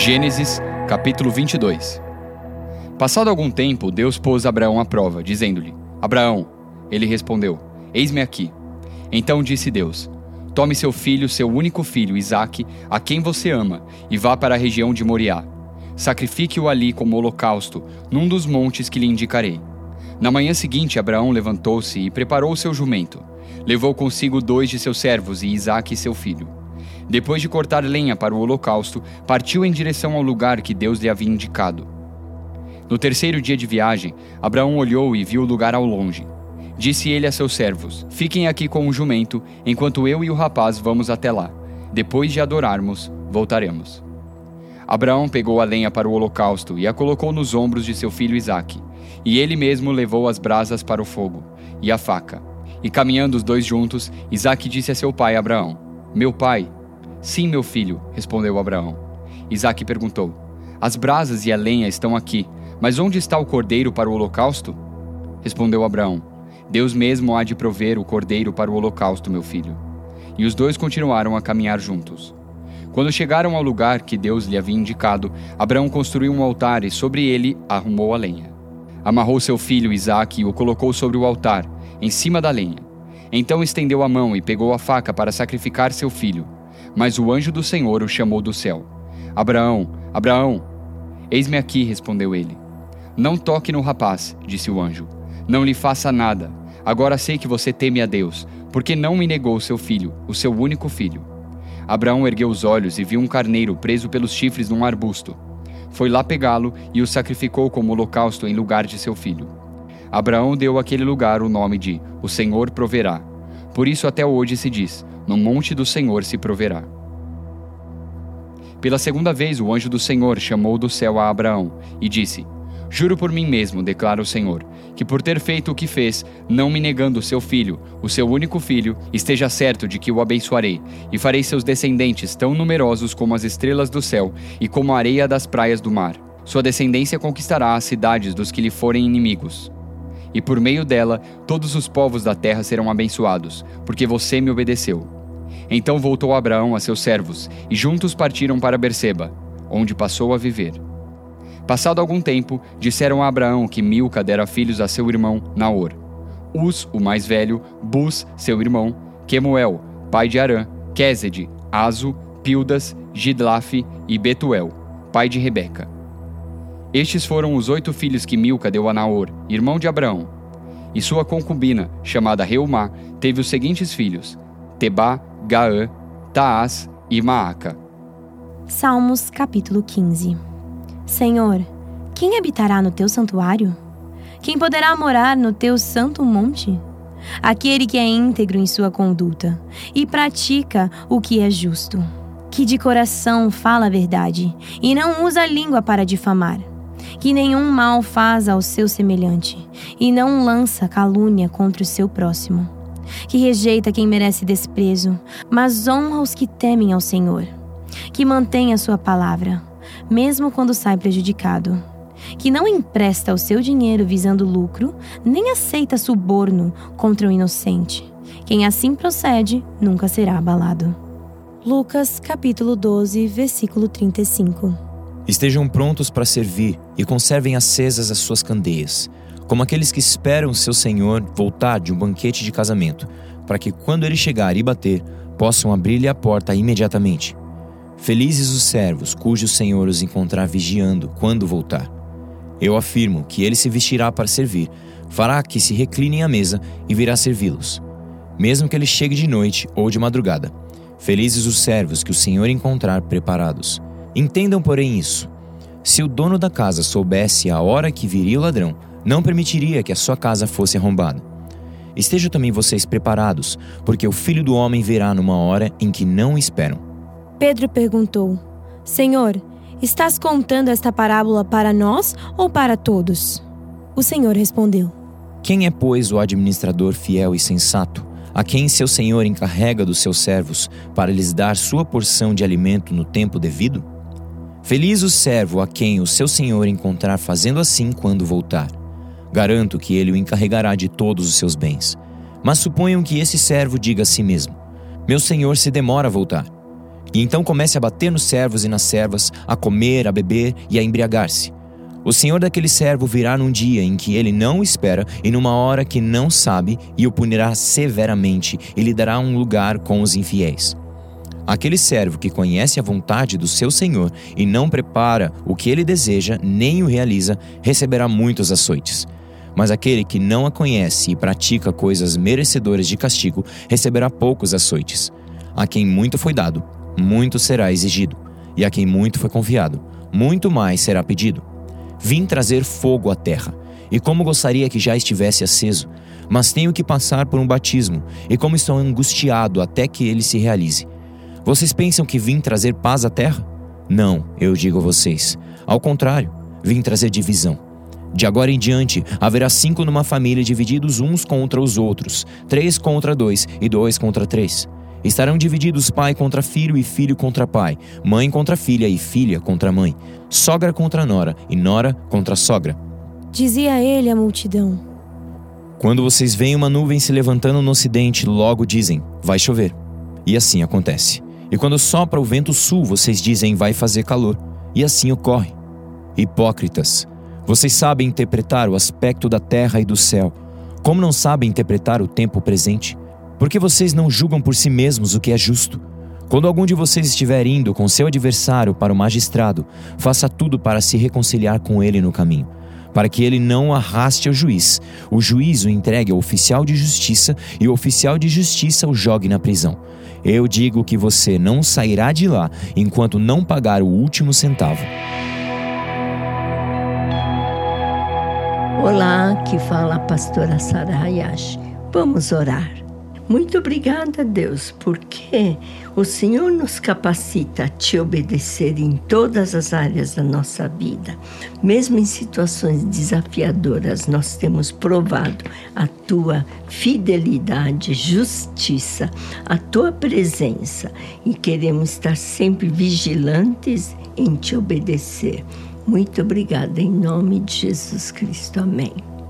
Gênesis, capítulo 22. Passado algum tempo, Deus pôs Abraão à prova, dizendo-lhe: Abraão. Ele respondeu: Eis-me aqui. Então disse Deus: Tome seu filho, seu único filho, Isaque, a quem você ama, e vá para a região de Moriá. Sacrifique-o ali como holocausto, num dos montes que lhe indicarei. Na manhã seguinte, Abraão levantou-se e preparou o seu jumento. Levou consigo 2 de seus servos e Isaque, seu filho. Depois de cortar lenha para o holocausto, partiu em direção ao lugar que Deus lhe havia indicado. No terceiro dia de viagem, Abraão olhou e viu o lugar ao longe. Disse ele a seus servos: Fiquem aqui com o jumento, enquanto eu e o rapaz vamos até lá. Depois de adorarmos, voltaremos. Abraão pegou a lenha para o holocausto e a colocou nos ombros de seu filho Isaque. E ele mesmo levou as brasas para o fogo, e a faca. E caminhando os 2 juntos, Isaque disse a seu pai Abraão: Meu pai? Sim, meu filho, respondeu Abraão. Isaque perguntou: As brasas e a lenha estão aqui, mas onde está o cordeiro para o holocausto? Respondeu Abraão: Deus mesmo há de prover o cordeiro para o holocausto, meu filho. E os 2 continuaram a caminhar juntos. Quando chegaram ao lugar que Deus lhe havia indicado, Abraão construiu um altar e sobre ele arrumou a lenha. Amarrou seu filho Isaque e o colocou sobre o altar, em cima da lenha. Então estendeu a mão e pegou a faca para sacrificar seu filho. Mas o anjo do Senhor o chamou do céu. Abraão, Abraão! Eis-me aqui, respondeu ele. Não toque no rapaz, disse o anjo. Não lhe faça nada. Agora sei que você teme a Deus, porque não me negou seu filho, o seu único filho. Abraão ergueu os olhos e viu um carneiro preso pelos chifres num arbusto. Foi lá pegá-lo e o sacrificou como holocausto em lugar de seu filho. Abraão deu àquele lugar o nome de O Senhor Proverá. Por isso até hoje se diz: No monte do Senhor se proverá. Pela segunda vez o anjo do Senhor chamou do céu a Abraão e disse: Juro por mim mesmo, declara o Senhor, que por ter feito o que fez, não me negando seu filho, o seu único filho, esteja certo de que o abençoarei, e farei seus descendentes tão numerosos como as estrelas do céu e como a areia das praias do mar. Sua descendência conquistará as cidades dos que lhe forem inimigos. E por meio dela, todos os povos da terra serão abençoados, porque você me obedeceu. Então voltou Abraão a seus servos, e juntos partiram para Berseba, onde passou a viver. Passado algum tempo, disseram a Abraão que Milca dera filhos a seu irmão Naor. Uz, o mais velho, Bus, seu irmão, Quemuel, pai de Arã, Quésede, Azo, Pildas, Gidlafe e Betuel, pai de Rebeca. Estes foram os 8 filhos que Milca deu a Naor, irmão de Abraão. E sua concubina, chamada Reumá, teve os seguintes filhos: Tebá, Gaã, Taás e Maaca. Salmos capítulo 15. Senhor, quem habitará no teu santuário? Quem poderá morar no teu santo monte? Aquele que é íntegro em sua conduta e pratica o que é justo, que de coração fala a verdade e não usa a língua para difamar, que nenhum mal faz ao seu semelhante e não lança calúnia contra o seu próximo, que rejeita quem merece desprezo, mas honra os que temem ao Senhor, que mantém a sua palavra, mesmo quando sai prejudicado, que não empresta o seu dinheiro visando lucro, nem aceita suborno contra o inocente. Quem assim procede nunca será abalado. Lucas capítulo 12, versículo 35. Estejam prontos para servir e conservem acesas as suas candeias, como aqueles que esperam seu senhor voltar de um banquete de casamento, para que quando ele chegar e bater, possam abrir-lhe a porta imediatamente. Felizes os servos cujo senhor os encontrar vigiando quando voltar. Eu afirmo que ele se vestirá para servir, fará que se reclinem à mesa e virá servi-los, mesmo que ele chegue de noite ou de madrugada. Felizes os servos que o senhor encontrar preparados. Entendam, porém, isso: se o dono da casa soubesse a hora que viria o ladrão, não permitiria que a sua casa fosse arrombada. Estejam também vocês preparados, porque o Filho do Homem virá numa hora em que não esperam. Pedro perguntou: Senhor, estás contando esta parábola para nós ou para todos? O Senhor respondeu: Quem é, pois, o administrador fiel e sensato, a quem seu senhor encarrega dos seus servos para lhes dar sua porção de alimento no tempo devido? Feliz o servo a quem o seu senhor encontrar fazendo assim quando voltar. Garanto que ele o encarregará de todos os seus bens. Mas suponham que esse servo diga a si mesmo: Meu senhor se demora a voltar. E então comece a bater nos servos e nas servas, a comer, a beber e a embriagar-se. O senhor daquele servo virá num dia em que ele não espera e numa hora que não sabe, e o punirá severamente e lhe dará um lugar com os infiéis. Aquele servo que conhece a vontade do seu senhor e não prepara o que ele deseja, nem o realiza, receberá muitos açoites. Mas aquele que não a conhece e pratica coisas merecedoras de castigo, receberá poucos açoites. A quem muito foi dado, muito será exigido, e a quem muito foi confiado, muito mais será pedido. Vim trazer fogo à terra, e como gostaria que já estivesse aceso, mas tenho que passar por um batismo, e como estou angustiado até que ele se realize. Vocês pensam que vim trazer paz à terra? Não, eu digo a vocês. Ao contrário, vim trazer divisão. De agora em diante, haverá 5 numa família divididos uns contra os outros, 3 contra 2 e 2 contra 3. Estarão divididos pai contra filho e filho contra pai, mãe contra filha e filha contra mãe, sogra contra nora e nora contra sogra. Dizia ele à multidão: Quando vocês veem uma nuvem se levantando no ocidente, logo dizem, vai chover. E assim acontece. E quando sopra o vento sul, vocês dizem, vai fazer calor. E assim ocorre. Hipócritas, vocês sabem interpretar o aspecto da terra e do céu. Como não sabem interpretar o tempo presente? Porque vocês não julgam por si mesmos o que é justo? Quando algum de vocês estiver indo com seu adversário para o magistrado, faça tudo para se reconciliar com ele no caminho, para que ele não o arraste ao juiz. O juiz o entregue ao oficial de justiça e o oficial de justiça o jogue na prisão. Eu digo que você não sairá de lá enquanto não pagar o último centavo. Olá, aqui fala a pastora Sara Hayashi. Vamos orar. Muito obrigada, Deus, porque o Senhor nos capacita a te obedecer em todas as áreas da nossa vida. Mesmo em situações desafiadoras, nós temos provado a tua fidelidade, justiça, a tua presença e queremos estar sempre vigilantes em te obedecer. Muito obrigada, em nome de Jesus Cristo. Amém.